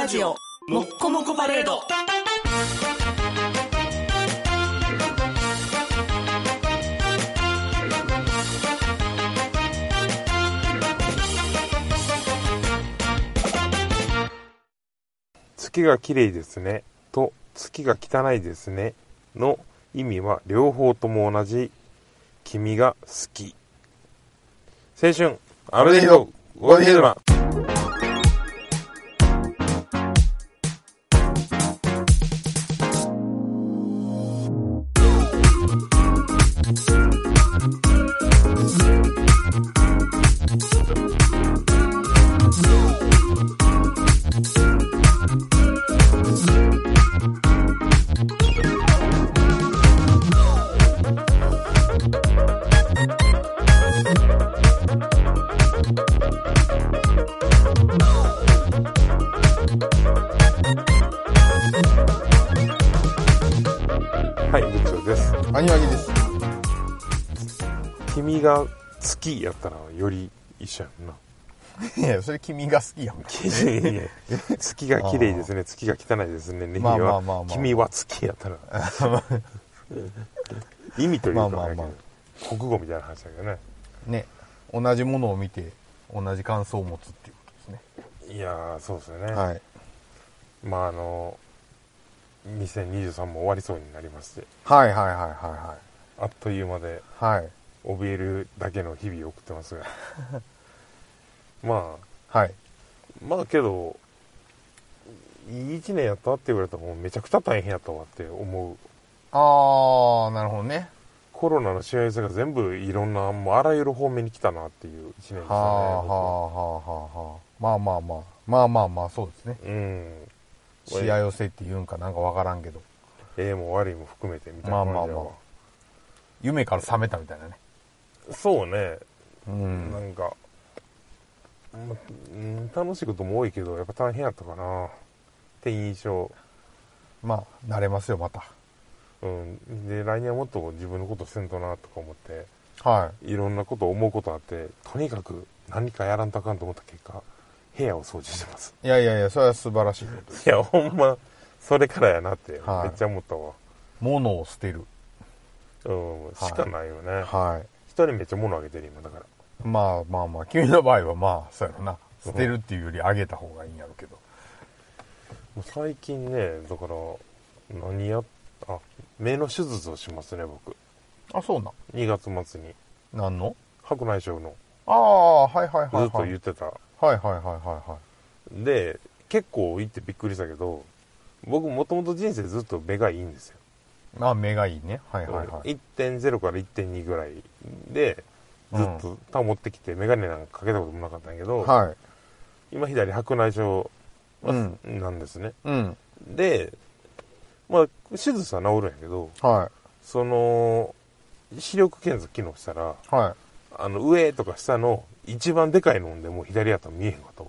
ラジオもっこもこパレード。 月が綺麗ですねと月が汚いですねの意味は両方とも同じ。君が好き。青春アルデヒドゴールデンドラ。はい、部長です。 アニワギです。 君が好きやったらより一緒やんな。 いや、それ君が好きやん。 月が綺麗ですね、月が汚いですね。意味は君は月やったら。意味というか、国語みたいな話だけどね。 ね、同じものを見て同じ感想を持つっていうことですね。 いやー、そうですよね。 はい。 まあ2023も終わりそうになりまして、 はいはいはいはあっという間でいはい。はい。 怯えるだけの日々を送ってますがまはい。 あけどいい1年やったって言われたらもうめちゃくちゃ大変やったわって思う。 あー、なるほどね。 コロナのしわ寄せが全部いろんなもうあらゆる方面に来たなっていう1年でしたね。 はあはあはあはあ。まあまあまあまあまあまあ、そうですね。 うん。 しわ寄せって言うんかなんかわからんけど、 も悪いも含めてみたいな感じやわ。 まあまあまあ夢から覚めたみたいなね。 そうね。 うんなんか、楽しいことも多いけどやっぱ大変やったかなって印象。 まあ慣れますよまた。 で来年はもっと自分のことせんとなとか思ってはいろんなこと思うことあって、とにかく何かやらんとあかんと思った結果部屋を掃除してます。 い。いやいやいや、それは素晴らしいことです。 いやほんまそれからやなってめっはいちゃ思ったわ。 物を捨てる。 しかないよね。 はい。 人にめっちゃ物あげてる今だから。 まあまあまあ、君の場合はまあ、そうやろな。捨てるっていうよりあげた方がいいんやろうけど。 もう最近ね、だから目の手術をしますね僕。 あ、そうな。 2月末に何の？ 白内障のああ、はいはいはいはい。 ずっと言ってた。 はいはいはいはで結構言ってびっくりしたけど、僕もともと人生ずっと目がいいんですよ。 いはい。あ、目がいいね。はいはいはい。 1.0 から 1.2 ぐらいでずっと保ってきて、メガネなんかかけたこともなかったんやけど、 はい。 今左白内障なんですね。 うん。 で、まあ手術は治るんやけど、 はその視力検査機能したら、 い。はい。 上とか下の一番でかいのでもう左やったら見えへんかと。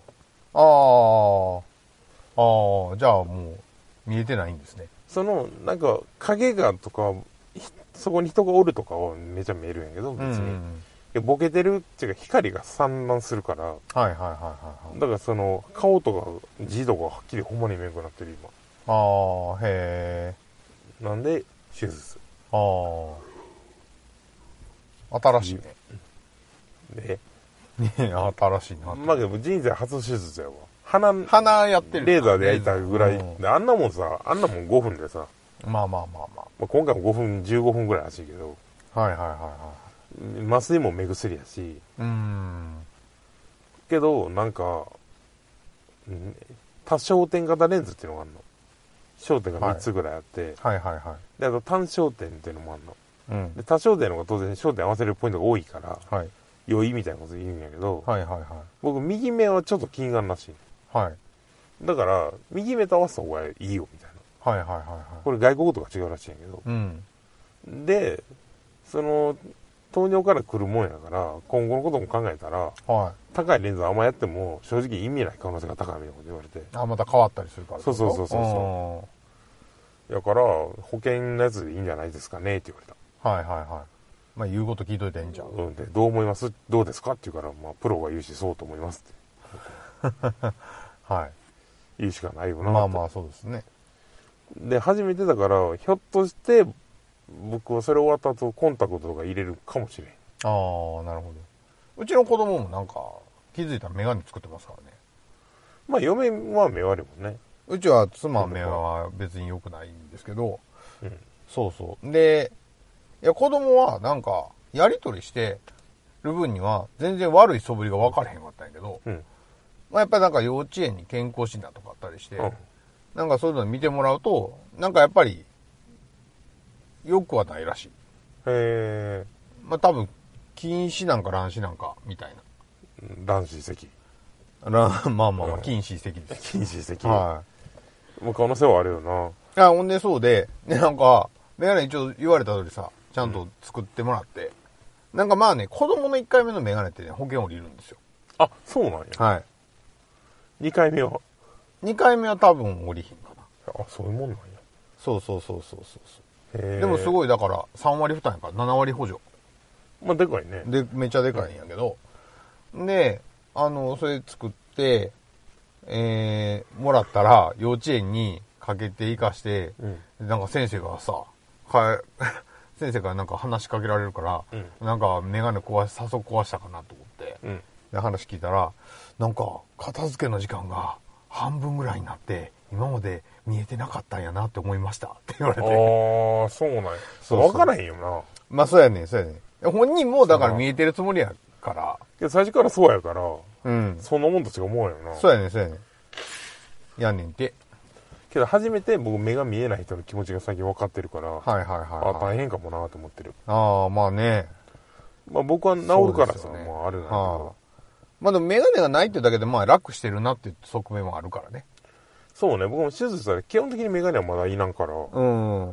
じゃあもう見えてないんですね。 そのなんか影がとかそこに人がおるとかはめちゃ見えるんやけど別に、ボケてるっていうか光が散乱するから、 はいはいはいはい。 だからその顔とか字とかはっきりほんまに見えなくなってる今。 へえ。 なんで手術。 新しいね。 で新しいな。 まあでも人生初手術やわ。 鼻やってる。 レーザーで焼いたぐらいで、あんなもん5分でさ、 まあまあまあまあ。 今回も5分15分ぐらいらしいけど、 はいはいはいはい。 麻酔も目薬やし、けどなんか多焦点型レンズっていうのがあるの。焦点が3つぐらいあって、 はいはいはい。 であと単焦点っていうのもあるの。 うん。 で多焦点の方が当然焦点合わせるポイントが多いから、 はい。 良いみたいなこと言うんやけど、 はいはいはい。 僕右目はちょっと気になるらしい。 はい。 だから右目と合わせた方がいいよみたいな。 はいはいはいはい。 これ外国とか違うらしいんやけど、でその糖尿から来るもんやから今後のことも考えたら、高いレンズあんまやっても正直意味ない可能性が高いみたいなこと言われて、 また変わったりするから。 そうだから保険のやつでいいんじゃないですかねって言われた。 はいはいはい。まあ言うこと聞いといていいんじゃん。 でどう思います？どうですかって言うから、まあプロが言うしそうと思いますって。 はい。 言うしかないよな。 まあまあそうですね。 で、初めてだから、ひょっとして、僕はそれ終わった後、コンタクトとか入れるかもしれん。 ああ、なるほど。うちの子供もなんか、気づいたらメガネ作ってますからね。 まあ、嫁は目悪いもんね。 うちは妻目は別に良くないんですけど、 うん。 そうそう。で、いや子供はなんか、やりとりしてる分には全然悪い素振りが分からへんかったんやけど、 うん。 まあ、やっぱりなんか幼稚園に健康診断とかあったりして、 うん。 なんかそういうの見てもらうと、なんかやっぱり、良くはないらしい。 へまあ多分、近視なんか乱視なんか、みたいー、男子席。 な。まあまあまあ、近視席です。 禁止席。 はもう可能性はあるよな。 い。あ、ほんでそうで、で、なんか、メガネ一応言われた通りさ、ちゃんと作ってもらって、なんかまあね、子供の1回目のメガネってね、保険降りるんですよ。 あ、そうなんや。 はい。 2回目は。 2回目は多分降りひんかな。 あ、そういうもんなんや。 そうそうそうそうそう。 へー。 でもすごいだから3割負担やから7割補助。 まあ、でかいね。 で、めっちゃでかいんやけど、で、それ作って、もらったら幼稚園にかけて生かして、なんか先生がさ、先生からなんか話しかけられるから、なんかメガネ早速壊したかなと思って、で話聞いたら、なんか片付けの時間が半分ぐらいになって、今まで見えてなかったんやなって思いましたって言われて。 ああ、そうなんや。 そうわからへんよな。 まあそうやねん、そうやねん。本人もだから見えてるつもりやから。 けど最初からそうやから、 うん。 そんなもんとしか思わんよな。 そうやねん、そうやねん。やんねんて。 けど初めて僕目が見えない人の気持ちが最近分かってるから、 はいはいはい、はい。 あ、大変かもなと思ってる。 ああ、まあね。 まあ僕は治るからさ、 ね、 まああるなんだけはど。 まあでもメガネがないってだけでまあ楽してるなっていう側面もあるからね。 そうね、僕も手術したら基本的にメガネはまだいなんから、 うん。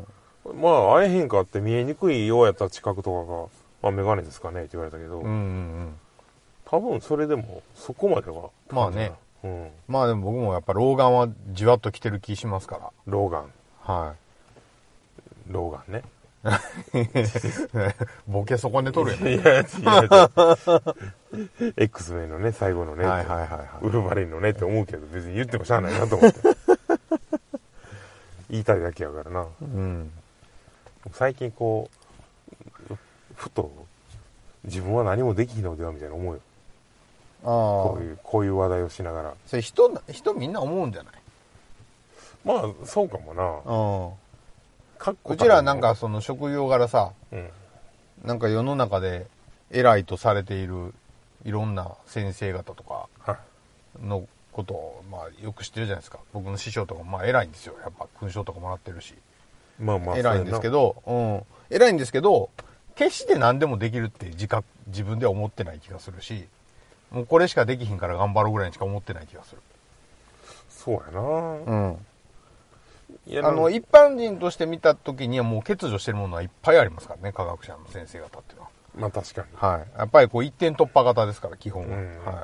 まあ会えへんかって見えにくいようやった近くとかが、まあメガネですかねって言われたけど、 うんうんうん。 多分それでもそこまでは。 まあね。 うん。 まあでも僕もやっぱ老眼はじわっと来てる気しますか老眼。 ら。は老眼ね。 い。ボケ損ねとるやん。 いや、違う。X メンのね、最後のね、 はいはいはいはいウルヴァリンのねって思うけど、別に言ってもしゃあないなと思って。言いたいだけやからな。 うん。 最近こう、ふと、自分は何もできひんのではみたいな思うよ。 ああ。 こういう話題をしながら。 それ人みんな思うんじゃない？ まあ、そうかもな。 うちらなんかその職業柄さ、 うん、 なんか世の中で偉いとされているいろんな先生方とかのことをまあよく知ってるじゃないですか。僕の師匠とかもまあ偉いんですよ。やっぱ勲章とかもらってるし。 まあまあ偉いんですけど、偉いんですけど、決して何でもできるって自分では思ってない気がするし、もうこれしかできひんから頑張ろうぐらいにしか思ってない気がする。 そうやな。 うん。 いや一般人として見た時にはもう欠如してるものはいっぱいありますからね、科学者の先生方っていうのは。 まあ確かに。 はい。やっぱりこう一点突破型ですから、基本は。はい。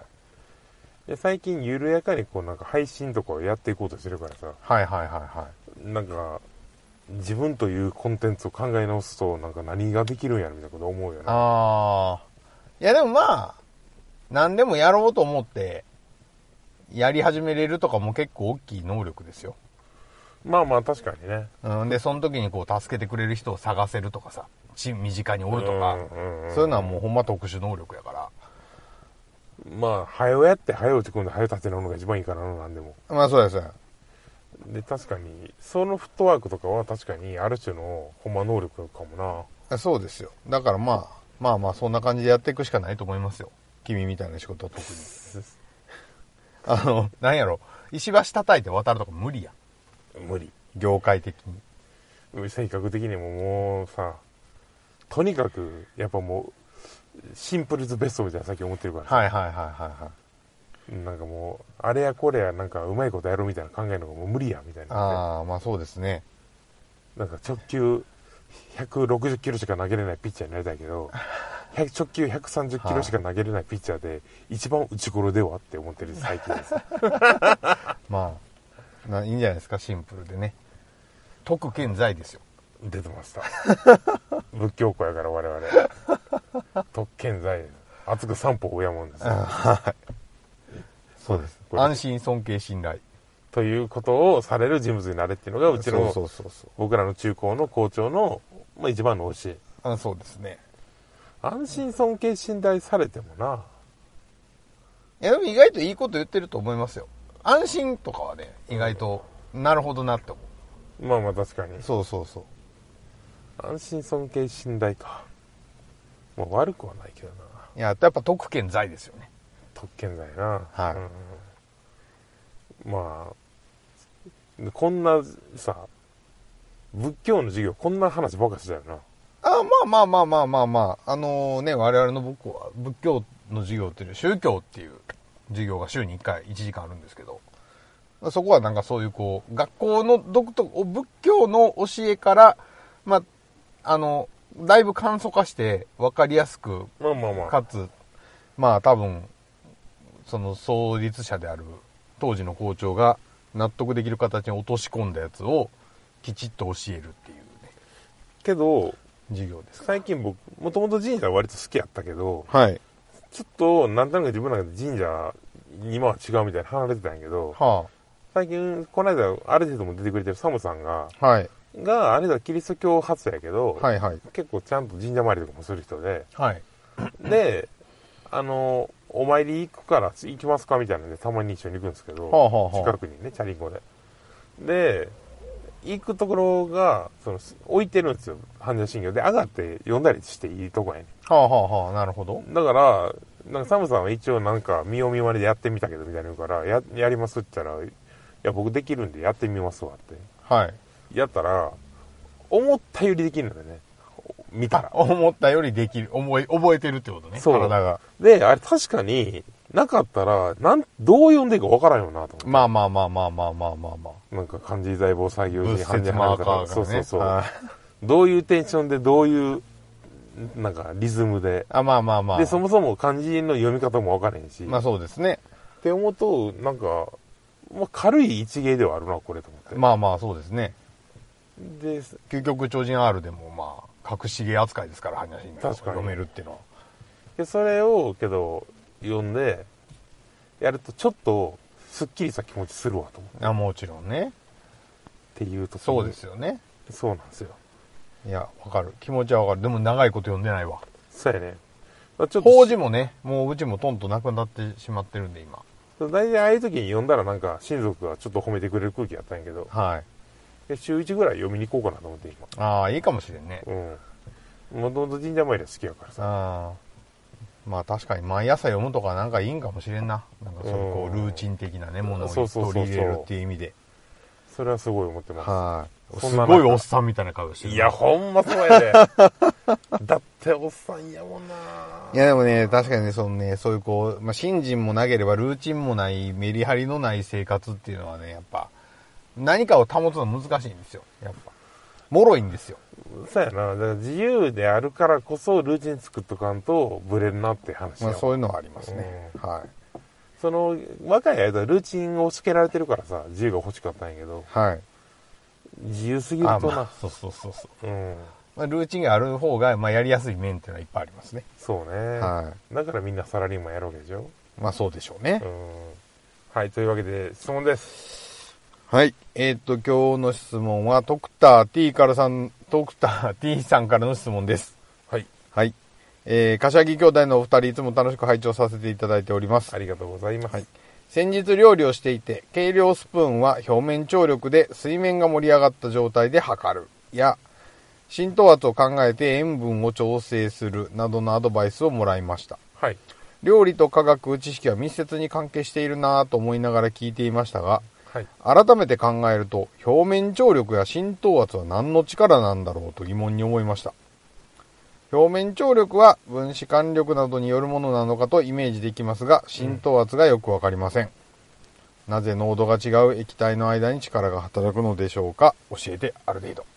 で最近緩やかにこうなんか配信とかをやっていこうとしてるからさ。 はいはいはいはい。 なんか、自分というコンテンツを考え直すと、なんか何ができるんやろみたいなこと思うよね。 ああ。いやでもまあ、何でもやろうと思って、やり始めれるとかも結構大きい能力ですよ。 まあまあ確かにね。 で、その時にこう助けてくれる人を探せるとかさ、身近におるとか、そういうのはもうほんま特殊能力やから。 まあ、早やって、早打ち込んで、早立て直るのが一番いいからな、なんでも。 まあそうですね。 で、確かに、そのフットワークとかは確かに、ある種のほんま能力かもな。 そうですよ。だからまあ、そんな感じでやっていくしかないと思いますよ。君みたいな仕事は特に。なんやろ、石橋叩いて渡るとか無理やん。 無理。 業界的に。 性格的にももうさ、とにかく、やっぱもう、シンプルズベストみたいなさっき思ってるからさ。 はいはいはいはい。 なんかもう、あれやこれや、なんかうまいことやるみたいな考えるのがもう無理や、みたいな。 ああ、まあそうですね。 なんか直球160キロしか投げれないピッチャーになりたいけど、直球130キロしか投げれないピッチャーで、一番内頃ではって思ってる最近です。 まあ、いいんじゃないですか、シンプルでね。徳健在ですよ。 出てました。仏教校やから我々。特権在です。厚く三歩親もんです。 はい。そうです。安心、尊敬、信頼。 ということをされる人物になれっていうのが、うちの、僕らの中高の校長の、まあ、一番の教え。 そうですね。 安心尊敬信頼されてもな。 いや、でも意外といいこと言ってると思いますよ。安心とかはね、意外と、なるほどなって思う。まあまあ確かに。 そうそうそう。 安心尊敬信頼か。まあ悪くはないけどな。 いや、やっぱ特権在ですよね。 特権罪な。 はい。 まあ、こんなさ、仏教の授業、こんな話ばかりしたよな。 まあ。我々の僕は仏教の授業っていう、宗教っていう授業が週に1回1時間あるんですけど、そこはなんかそういうこう、学校の仏教の教えから、まあ、だいぶ簡素化して分かりやすく、かつ、まあ多分、その創立者である当時の校長が納得できる形に落とし込んだやつをきちっと教えるっていうね。 けど、 授業です。 最近僕、もともと神社は割と好きやったけど、 はい。 ちょっと、なんとなく自分の中で神社、今は違うみたいな離れてたんやけど、最近、この間、ある程度も出てくれてるサムさんが、あれだ、キリスト教発やけど、結構ちゃんと神社参りとかもする人で、で、お参り行くから行きますかみたいなので、たまに一緒に行くんですけど、近くにね、チャリンコで。で、行くところが、置いてるんですよ。般若心経で、上がって読んだりしていいとこやね。 なるほど。 だから、なんかサムさんは一応なんか、見よう見まねでやってみたけど、みたいな言うから、やりますって言ったら、いや、僕できるんでやってみますわって。やったら、思ったよりできるのでね。見たら。 思ったよりできる。覚えてるってことね。体が。 で、あれ確かに、なかったら、どう読んでいいかわからんよなと思って。 まあ。 なんか漢字財宝作業時漢字マーカーがね。 そう。どういうテンションで、どういう、なんかリズムで。で、そもそも漢字の読み方もわからへんし。 まあそうですね。 って思うと、なんか、まあ軽い一芸ではあるな、これと思って。 まあそうですね。で、究極超人 R でもまあ、隠し芸扱いですから、般若心経を読めるっていうのは。 で、それを、けど、読んで、やるとちょっと、すっきりした気持ちするわと思って。 もちろんね。 っていうとそうですよね。 そうなんですよ。 いや、わかる。気持ちはわかる。でも長いこと読んでないわ。 そうやね。 法事もね、もううちもトンとなくなってしまってるんで、今。 大体ああいう時に読んだらなんか、親族がちょっと褒めてくれる空気やったんやけど。週1ぐらい読みに行こうかなと思って今。いいかもしれんね。 もともと神社参りは好きやからさ。 まあ確かに毎朝読むとかなんかいいんかもしれんな。なんかそういうこうルーチン的なね、ものを取り入れるっていう意味で。 それはすごい思ってます。 すごいおっさんみたいな顔してる。 いや、ほんまそうやで。だっておっさんやもんな。 いやでもね、確かにね、そういうこう、まあ、信心もなければルーチンもない、メリハリのない生活っていうのはね、やっぱ、何かを保つの難しいんですよ。やっぱ。脆いんですよ。 そうやな。だから自由であるからこそルーチン作っとかんとブレるなって話。 まあそういうのはありますね。 若い間ルーチンをつけられてるからさ、自由が欲しかったんやけど。自由すぎるとな。 そう。まあ、ルーチンがある方が、まあやりやすい面っていうのはいっぱいありますね。 そうね。だからみんなサラリーマンやるわけでしょ。 まあそうでしょうね。 はい、というわけで質問です。 はい。今日の質問は、ドクター T さんからの質問です。柏木兄弟のお二人、いつも楽しく拝聴させていただいております。 ありがとうございます。 先日料理をしていて、計量スプーンは表面張力で水面が盛り上がった状態で測る。や、浸透圧を考えて塩分を調整するなどのアドバイスをもらいました。料理と科学知識は密接に関係しているなぁと思いながら聞いていましたが、改めて考えると、表面張力や浸透圧は何の力なんだろうと疑問に思いました。表面張力は分子間力などによるものなのかとイメージできますが、浸透圧がよくわかりません。なぜ濃度が違う液体の間に力が働くのでしょうか。教えてある程度。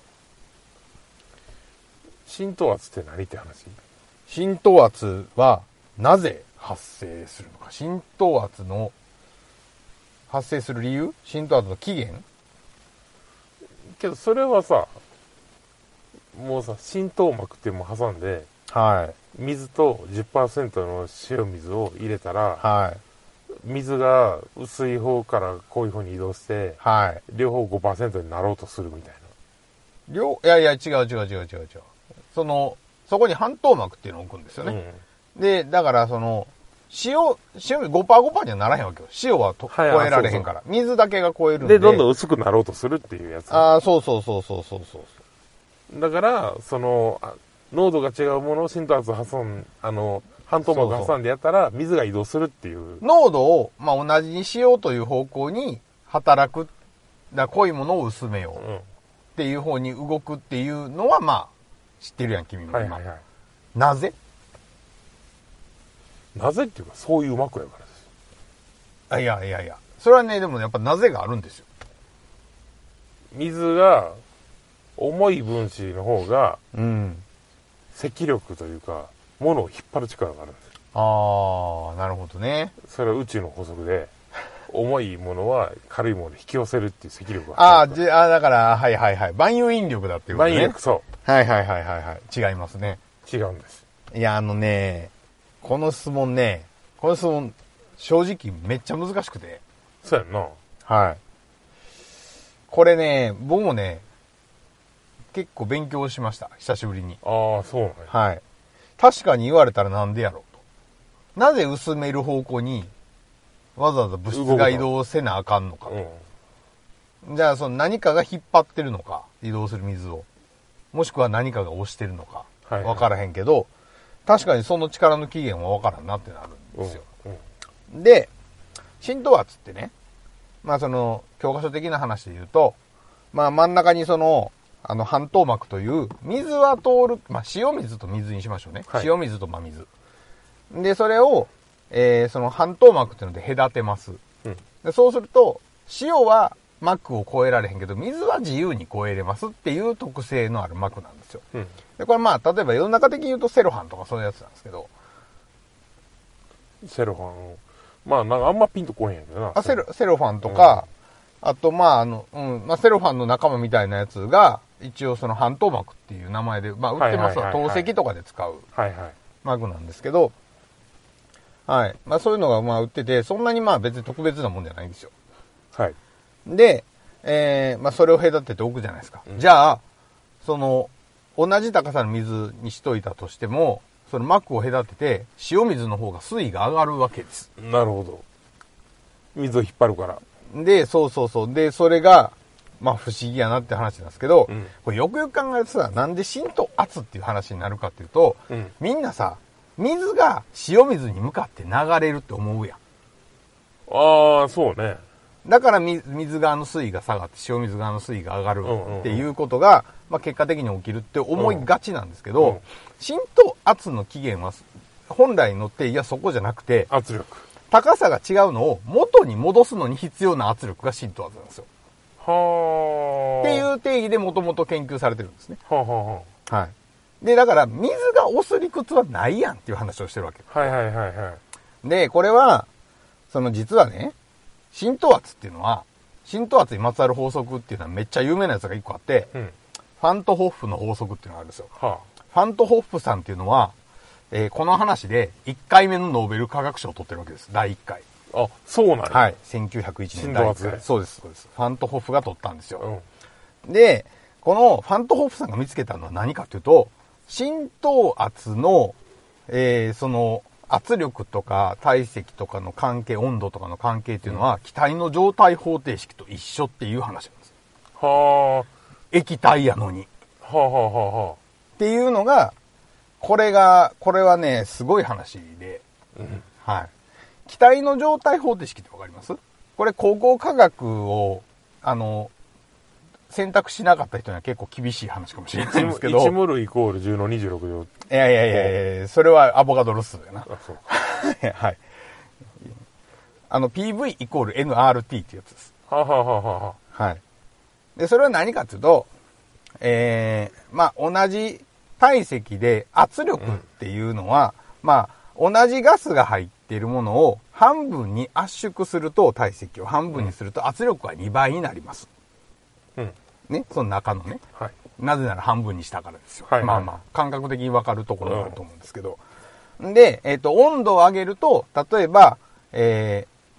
浸透圧って何って話？ 浸透圧はなぜ発生するのか。浸透圧の発生する理由？浸透圧の起源？ けどそれはさ、もうさ、浸透膜っていうのも挟んで、水と 10% の塩水を入れたら、 水が薄い方からこういう風に移動して、 はい。 両方 5% になろうとするみたいいやいや、違う。そこに半透膜っていうのを置くんですよな。 ね。で、だから塩 5% にはならへんわけよ。塩は超えられへんから。水だけが超えるんで。 で、どんどん薄くなろうとするっていうやつ。 ああ、そう。 だから、濃度が違うものを浸透圧半透膜挟んでやったら、水が移動するっていう。 濃度を、まあ、同じにしようという方向に働く。濃いものを薄めよう。っていう方に動くっていうのは、まあ、知ってるやん、君も今。なぜっていうか、そういう膜やからです。 いや。それはね、でもやっぱなぜがあるんですよ。 水が、重い分子の方が、 うん。 積力というか、物を引っ張る力があるんですよ。 ああ、なるほどね。 それは宇宙の法則で、重いものは軽いものを引き寄せるっていう積力がある。 だから、はい。万有引力だっていうことね。 万有引力、そう。 はい。違いますね。 違うんです。 いや、この質問、正直めっちゃ難しくて。 そうやんな。 はい。これね、僕もね、結構勉強しました。久しぶりに。 ああ、そうなんや。 はい。確かに言われたらなんでやろうと。なぜ薄める方向に、わざわざ物質が移動せなあかんのかと。じゃあ、何かが引っ張ってるのか、移動する水を。もしくは何かが押してるのか、わからへんけど、確かにその力の起源はわからんなってなるんですよ。で、浸透圧ってね、まあ教科書的な話で言うと、まあ真ん中に半透膜という水は通る、まあ塩水と水にしましょうね。はい、塩水と真水。で、それを、半透膜っていうので隔てます。でそうすると、塩は膜を越えられへんけど、水は自由に越えれますっていう特性のある膜なんですよ。で、これまあ、例えば世の中的に言うとセロハンとかそういうやつなんですけど。 セロハン。まあ、なんかあんまピンとこへんやけどな。 セロファンとか、あとまあ、セロファンの仲間みたいなやつが、一応半透膜っていう名前で、まあ、売ってますわ。透析とかで使う膜なんですけど、はい。まあ、そういうのがまあ売ってて、そんなにまあ別に特別なもんじゃないんですよ。 はい。 で、まあ、それを隔てておくじゃないですか。じゃあ、同じ高さの水にしといたとしても、その膜を隔てて、塩水の方が水位が上がるわけです。 なるほど。水を引っ張るから。 で、そう。で、それが、まあ不思議やなって話なんですけど、これよくよく考えるとさ、なんで浸透圧っていう話になるかっていうと、みんなさ、水が塩水に向かって流れるって思うやん。 ああ、そうね。 だから水側の水位が下がって塩水側の水位が上がるっていうことが、まあ結果的に起きるって思いがちなんですけど、浸透圧の起源は本来の定義はそこじゃなくて、 圧力。 高さが違うのを元に戻すのに必要な圧力が浸透圧なんですよ。 はあ。 っていう定義でもともと研究されてるんですね。 はい。 で、だから水が押す理屈はないやんっていう話をしてるわけ。 はい。 で、これは、実はね、浸透圧っていうのは、浸透圧にまつわる法則っていうのはめっちゃ有名なやつが一個あって、ファントホッフの法則っていうのがあるんですよ。ファントホッフさんっていうのは、この話で1回目のノーベル化学賞を取ってるわけです。第1回。 あ、そうなんや。 はい。1901年第1回。そうです。ファントホッフが取ったんですよ。で、このファントホッフさんが見つけたのは何かというと、浸透圧の、圧力とか体積とかの関係、温度とかの関係っていうのは、気体の状態方程式と一緒っていう話なんです。 はあ。 液体やのに。 はあ。 っていうのが、これはね、すごい話で、はい。気体の状態方程式ってわかります？これ高校科学を、選択しなかった人には結構厳しい話かもしれないんですけど。 1モルイコール10の26乗。 いや、それはアボガドロ数やな。 あ、そうはい。PV イコール NRT っていうやつです。 はい。 で、それは何かっていうと、まあ、同じ体積で圧力っていうのは、まあ、同じガスが入っているものを半分に圧縮すると、体積を半分にすると圧力は2倍になります。ね、その中のね。 はい。 なぜなら半分にしたからですよ。 はい。 まあ、感覚的にわかるところがあると思うんですけど。で、温度を上げると、例えば、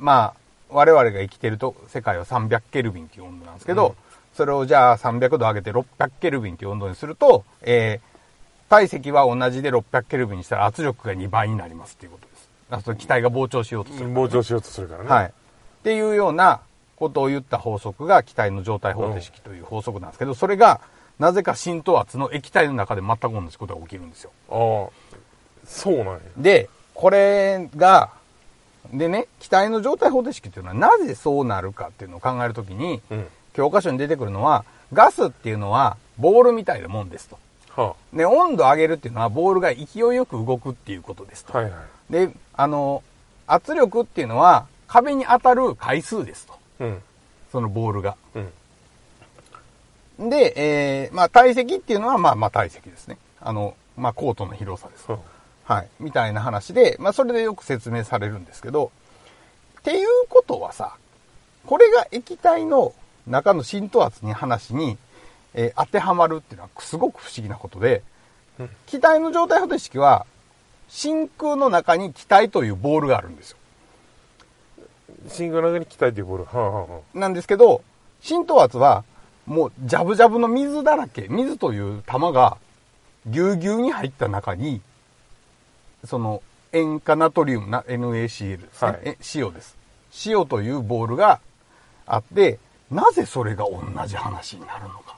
まあ、我々が生きてると世界は300ケルビンっていう温度なんですけど、それをじゃあ300度上げて600ケルビンっていう温度にすると、体積は同じで600ケルビンにしたら圧力が2倍になりますっていうことです。あと気体が膨張しようとするからね、 膨張しようとするからね。 はい。っていうようなことを言った法則が気体の状態方程式という法則なんですけど、それがなぜか浸透圧の液体の中で全く同じことが起きるんですよ。 ああ、そうなんや。 で、これが、でね、気体の状態方程式っていうのはなぜそうなるかっていうのを考えるときに、教科書に出てくるのは、ガスっていうのはボールみたいなもんですと。 はあ、 で、温度を上げるっていうのはボールが勢いよく動くっていうことですと。 はいはい。 で、圧力っていうのは壁に当たる回数ですと。 うん。 そのボールが。 うん。 で、まあ体積っていうのはまあ体積ですね。まあコートの広さです。はい。みたいな話で、まあそれでよく説明されるんですけど、っていうことはさ、これが液体の中の浸透圧に話に、当てはまるっていうのはすごく不思議なことで、気体の状態方程式は真空の中に気体というボールがあるんですよ。 真空の中に気体というボール。はあはあはあ、なんですけど、浸透圧はもうジャブジャブの水だらけ、水という玉がぎゅうぎゅうに入った中に、その塩化ナトリウムな NaCl ですね、はい、塩です。塩というボールがあって、なぜそれが同じ話になるのか。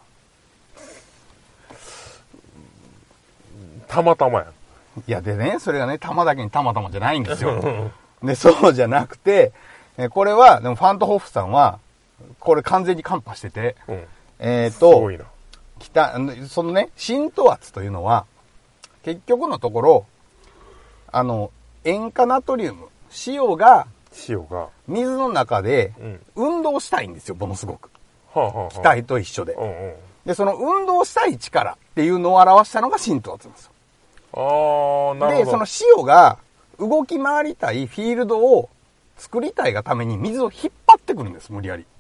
たまたまや。 いやでね、それがね、たまだけにたまたまじゃないんですよ。で、そうじゃなくて、これは、でもファントホッフさんは、これ完全にカンパしてて、 すごいな。 そのね、浸透圧というのは、結局のところ、塩化ナトリウム、塩が水の中で運動したいんですよ、ものすごく。気体と一緒で。で、その運動したい力っていうのを表したのが浸透圧なんですよ。 なるほど。 で、その塩が動き回りたいフィールドを作りたいがために水を引っ張ってくるんです、無理やり。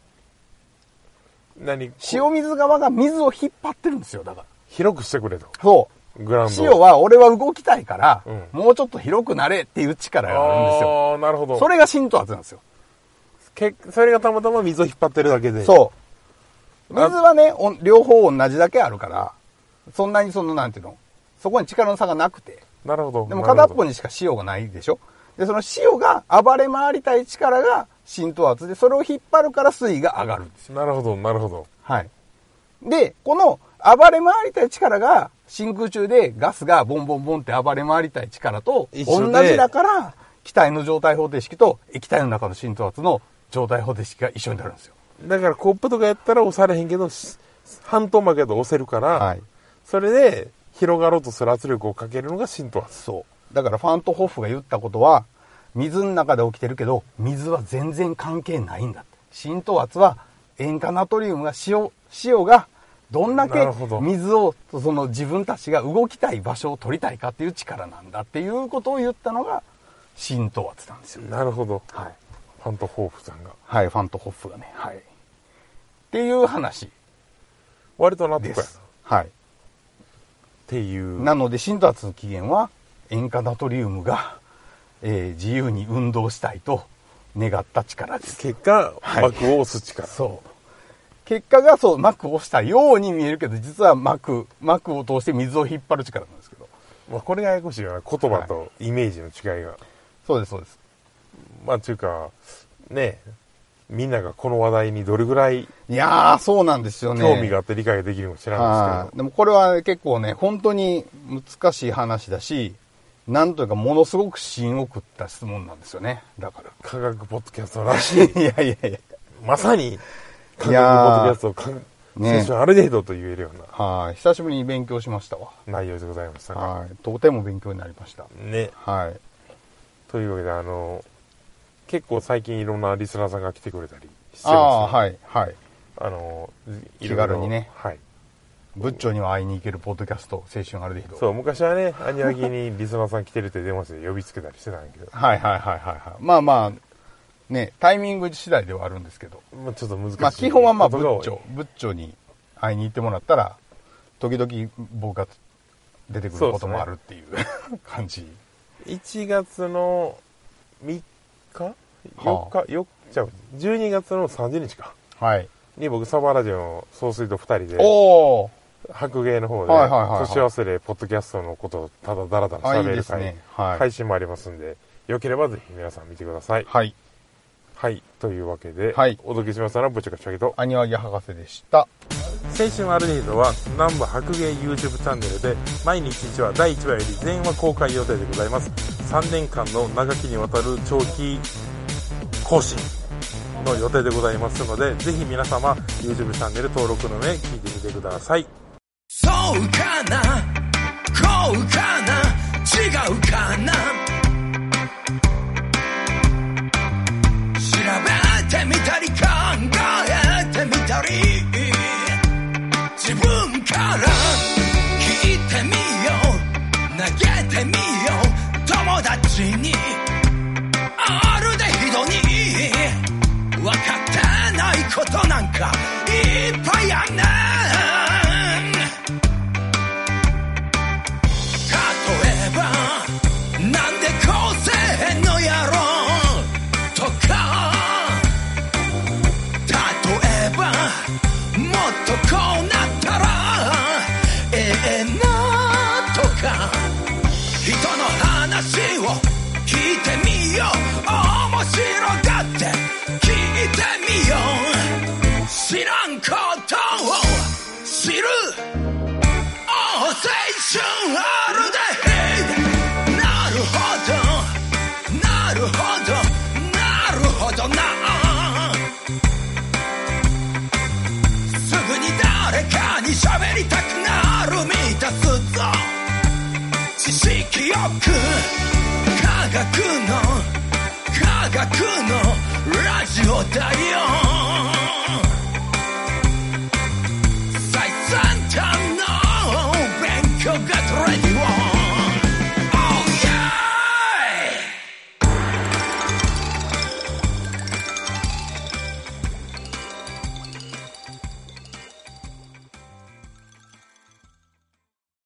塩水側が水を引っ張ってるんですよ、だから。 広くしてくれと。 そう。 グラウンド。 塩は俺は動きたいから、もうちょっと広くなれっていう力があるんですよ。 なるほど。 それが浸透圧なんですよ。 それがたまたま水を引っ張ってるだけで。 そう。水はね、両方同じだけあるから、そんなになんていうの、そこに力の差がなくて。 なるほど。 でも片っぽにしか塩がないでしょ。で、その塩が暴れ回りたい力が浸透圧で、それを引っ張るから水位が上がるんですよ。 なるほど、なるほど。 はい。で、この暴れ回りたい力が真空中でガスがボンボンボンって暴れ回りたい力と同じだから、気体の状態方程式と液体の中の浸透圧の状態方程式が一緒になるんですよ。 だからコップとかやったら押されへんけど、半透明やと押せるから、はい、それで広がろうとする圧力をかけるのが浸透圧。 そう。だからファントホッフが言ったことは、水の中で起きてるけど、水は全然関係ないんだ。浸透圧は塩化ナトリウムが塩がどんだけ水を自分たちが動きたい場所を取りたいかっていう力なんだっていうことを言ったのが浸透圧なんですよ。 なるほど。 はい。 ファントホッフさんが。 はい、ファントホッフがね。はい。っていう話。 割と納得やな。 はい。 っていう。 なので浸透圧の起源は塩化ナトリウムが、自由に運動したいと願った力です。 結果、膜を押す力。 そう。結果が膜を押したように見えるけど、実は膜を通して水を引っ張る力なんですけど。 まあこれがややこしいよな。言葉とイメージの違いが。 そうです、そうです。 まあというか、ね、みんながこの話題にどれぐらい、 いやー、そうなんですよね。 興味があって理解ができるのか知らないですけど。 でもこれは結構ね、本当に難しい話だし、なんというかものすごく芯を食った質問なんですよね。だから。 科学ポッドキャストらしい。 いやいやいや。 まさに、科学ポッドキャストを先週ある程度と言えるような。 はい。久しぶりに勉強しましたわ。 内容でございましたが。 はい。とても勉強になりました。 ね。 はい。 というわけで、結構最近いろんなリスナーさんが来てくれたりしてます、 ね。はい、はい。気軽にね。 はい。 ブッチョには会いに行けるポッドキャスト、青春あれでひど。 そう、昔はね、アニワギにリスナーさん来てるって電話して呼びつけたりしてたんやけど。 はいはいはいはい。まあまあ、ね、タイミング次第ではあるんですけど。 まあちょっと難しい。 まあ基本はまあブッチョに会いに行ってもらったら、時々僕が出てくることもあるっていう感じ。 1月の3日 12月の30日か。 はい。 に僕、サバラジオの総帥と2人で、 おー。 白芸の方で、 はいはいはいはい年忘れ、ポッドキャストのことをただだらだら喋るいいですね。はい。 配信もありますんで、よければぜひ皆さん見てください。 はい。 はい。というわけで、 はいお届けしますのは、ぶちかちゃぎと、 アニワギ博士でした。 青春アルデヒドは南部白芸 YouTube チャンネルで毎日1話第1話より全話公開予定でございます。3年間の長きにわたる長期更新の予定でございますので、ぜひ皆様 YouTube チャンネル登録の上聞いてみてください。 そうかなこうかな違うかな調べてみたり考えてみたり自分から聞いてみよう投げてみよう友達にアルデヒドに分かってないことなんかいっぱいあんねん。例えばなんでこうせえへんのやろとか、例えばもっとこうなったらええなとか、人の話を聞いてみよう、面白がって聞いてみよう、知らんことを知る青春あるで。なるほどなるほどなるほどな、すぐに誰かに喋りたくなる満たすぞ知識よく科学のラジオだよ。